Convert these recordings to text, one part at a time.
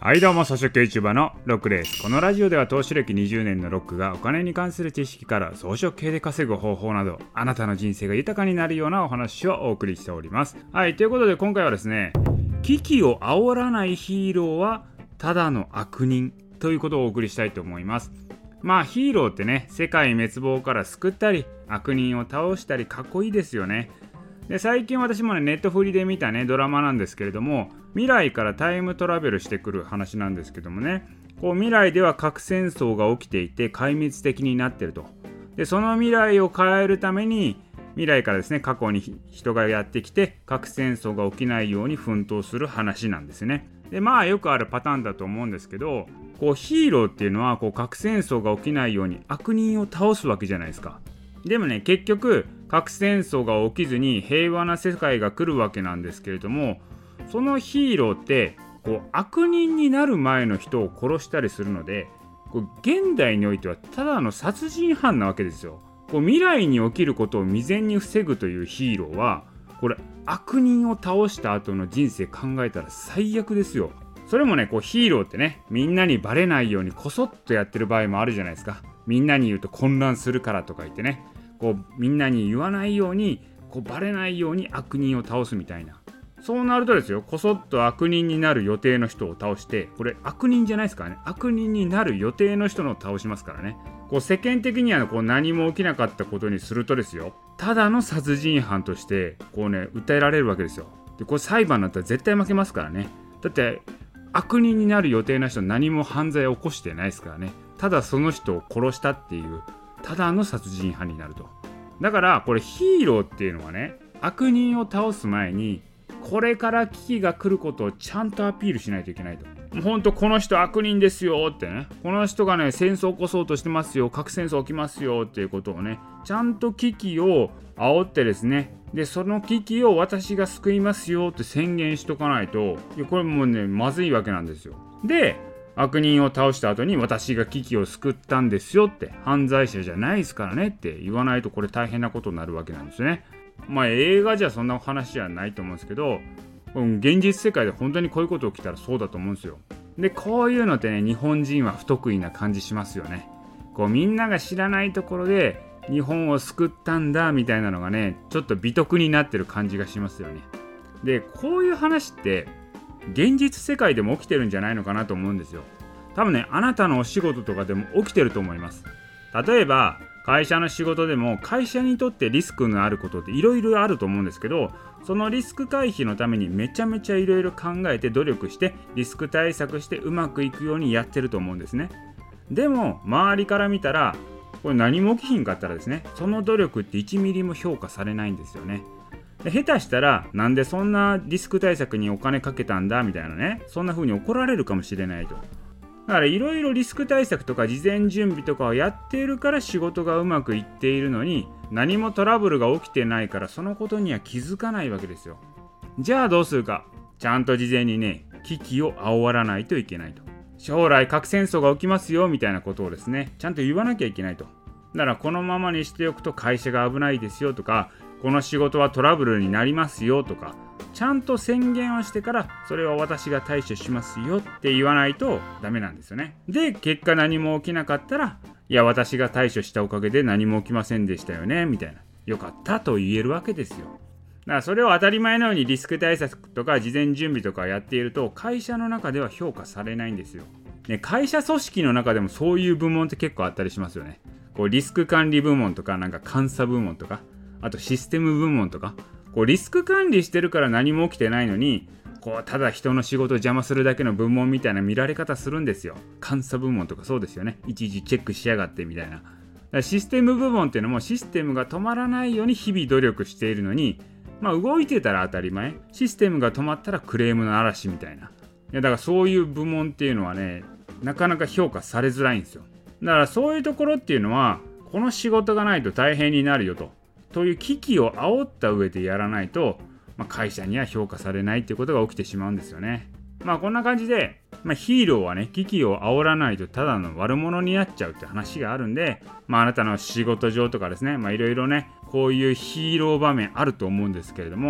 はいどうも、草食系 YouTuber のロックです。このラジオでは投資歴20年のロックがお金に関する知識から草食系で稼ぐ方法など、あなたの人生が豊かになるようなお話をお送りしております。はい、ということで今回はですね、危機を煽らないヒーローはただの悪人ということをお送りしたいと思います。ヒーローってね、世界滅亡から救ったり、悪人を倒したりかっこいいですよね。で最近私もね、ネットフリで見たねドラマなんですけれども、未来からタイムトラベルしてくる話なんですけどもね、未来では核戦争が起きていて壊滅的になってると。でその未来を変えるために、未来からですね、過去に人がやってきて核戦争が起きないように奮闘する話なんですね。でよくあるパターンだと思うんですけど、ヒーローっていうのは核戦争が起きないように悪人を倒すわけじゃないですか。でもね、結局核戦争が起きずに平和な世界が来るわけなんですけれども、そのヒーローって悪人になる前の人を殺したりするので、現代においてはただの殺人犯なわけですよ。未来に起きることを未然に防ぐというヒーローは、悪人を倒した後の人生考えたら最悪ですよ。それもね、ヒーローってね、みんなにバレないようにこそっとやってる場合もあるじゃないですか。みんなに言うと混乱するからとか言ってね、みんなに言わないように、バレないように悪人を倒すみたいな。そうなるとですよ、こそっと悪人になる予定の人を倒して、これ悪人じゃないですからね、悪人になる予定の人の倒しますからね。世間的には何も起きなかったことにするとですよ、ただの殺人犯として訴えられるわけですよ。で裁判になったら絶対負けますからね。だって悪人になる予定の人何も犯罪を起こしてないですからね。ただその人を殺したっていうただの殺人犯になると。だからヒーローっていうのはね、悪人を倒す前にこれから危機が来ることをちゃんとアピールしないといけないと。ほんとこの人悪人ですよってね、この人がね戦争を起こそうとしてますよ、核戦争起きますよっていうことをね、ちゃんと危機を煽ってですね、でその危機を私が救いますよって宣言しとかないと、これもうねまずいわけなんですよ。で悪人を倒した後に私が危機を救ったんですよって、犯罪者じゃないですからねって言わないと、これ大変なことになるわけなんですね。映画じゃそんな話じゃないと思うんですけど、現実世界で本当にこういうこと起きたらそうだと思うんですよ。でこういうのってね、日本人は不得意な感じしますよね。みんなが知らないところで日本を救ったんだみたいなのがね、ちょっと美徳になってる感じがしますよね。でこういう話って現実世界でも起きてるんじゃないのかなと思うんですよ。多分ね、あなたのお仕事とかでも起きてると思います。例えば会社の仕事でも、会社にとってリスクのあることっていろいろあると思うんですけど、そのリスク回避のためにめちゃめちゃいろいろ考えて努力して、リスク対策してうまくいくようにやってると思うんですね。でも周りから見たら何も起きひんかったらですね、その努力って1ミリも評価されないんですよね。で下手したら、なんでそんなリスク対策にお金かけたんだみたいなね、そんな風に怒られるかもしれないと。だからいろいろリスク対策とか事前準備とかをやっているから仕事がうまくいっているのに、何もトラブルが起きてないからそのことには気づかないわけですよ。じゃあどうするか、ちゃんと事前にね、危機を煽らないといけないと。将来核戦争が起きますよみたいなことをですね、ちゃんと言わなきゃいけないと。だからこのままにしておくと会社が危ないですよとか、この仕事はトラブルになりますよとか、ちゃんと宣言をしてから、それは私が対処しますよって言わないとダメなんですよね。で結果何も起きなかったら、いや私が対処したおかげで何も起きませんでしたよねみたいな、よかったと言えるわけですよ。だからそれを当たり前のようにリスク対策とか事前準備とかやっていると、会社の中では評価されないんですよ。ね、会社組織の中でもそういう部門って結構あったりしますよね。リスク管理部門とか、監査部門とか、あとシステム部門とか、リスク管理してるから何も起きてないのに、ただ人の仕事を邪魔するだけの部門みたいな見られ方するんですよ。監査部門とかそうですよね。いちいちチェックしやがってみたいな。だからシステム部門っていうのも、システムが止まらないように日々努力しているのに、動いてたら当たり前、システムが止まったらクレームの嵐みたいな。だからそういう部門っていうのはね、なかなか評価されづらいんですよ。だからそういうところっていうのは、この仕事がないと大変になるよという危機を煽った上でやらないと、会社には評価されないっていうことが起きてしまうんですよね。こんな感じで、ヒーローはね、危機を煽らないとただの悪者になっちゃうって話があるんで、あなたの仕事上とかですね、いろいろね、こういうヒーロー場面あると思うんですけれども、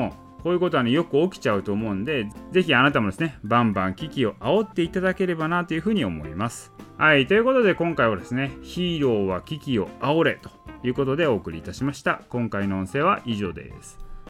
こういうことはねよく起きちゃうと思うんで、ぜひあなたもですねバンバン危機を煽っていただければなというふうに思います。はい、ということで今回はですね、ヒーローは危機を煽れということでお送りいたしました。今回の音声は以上です。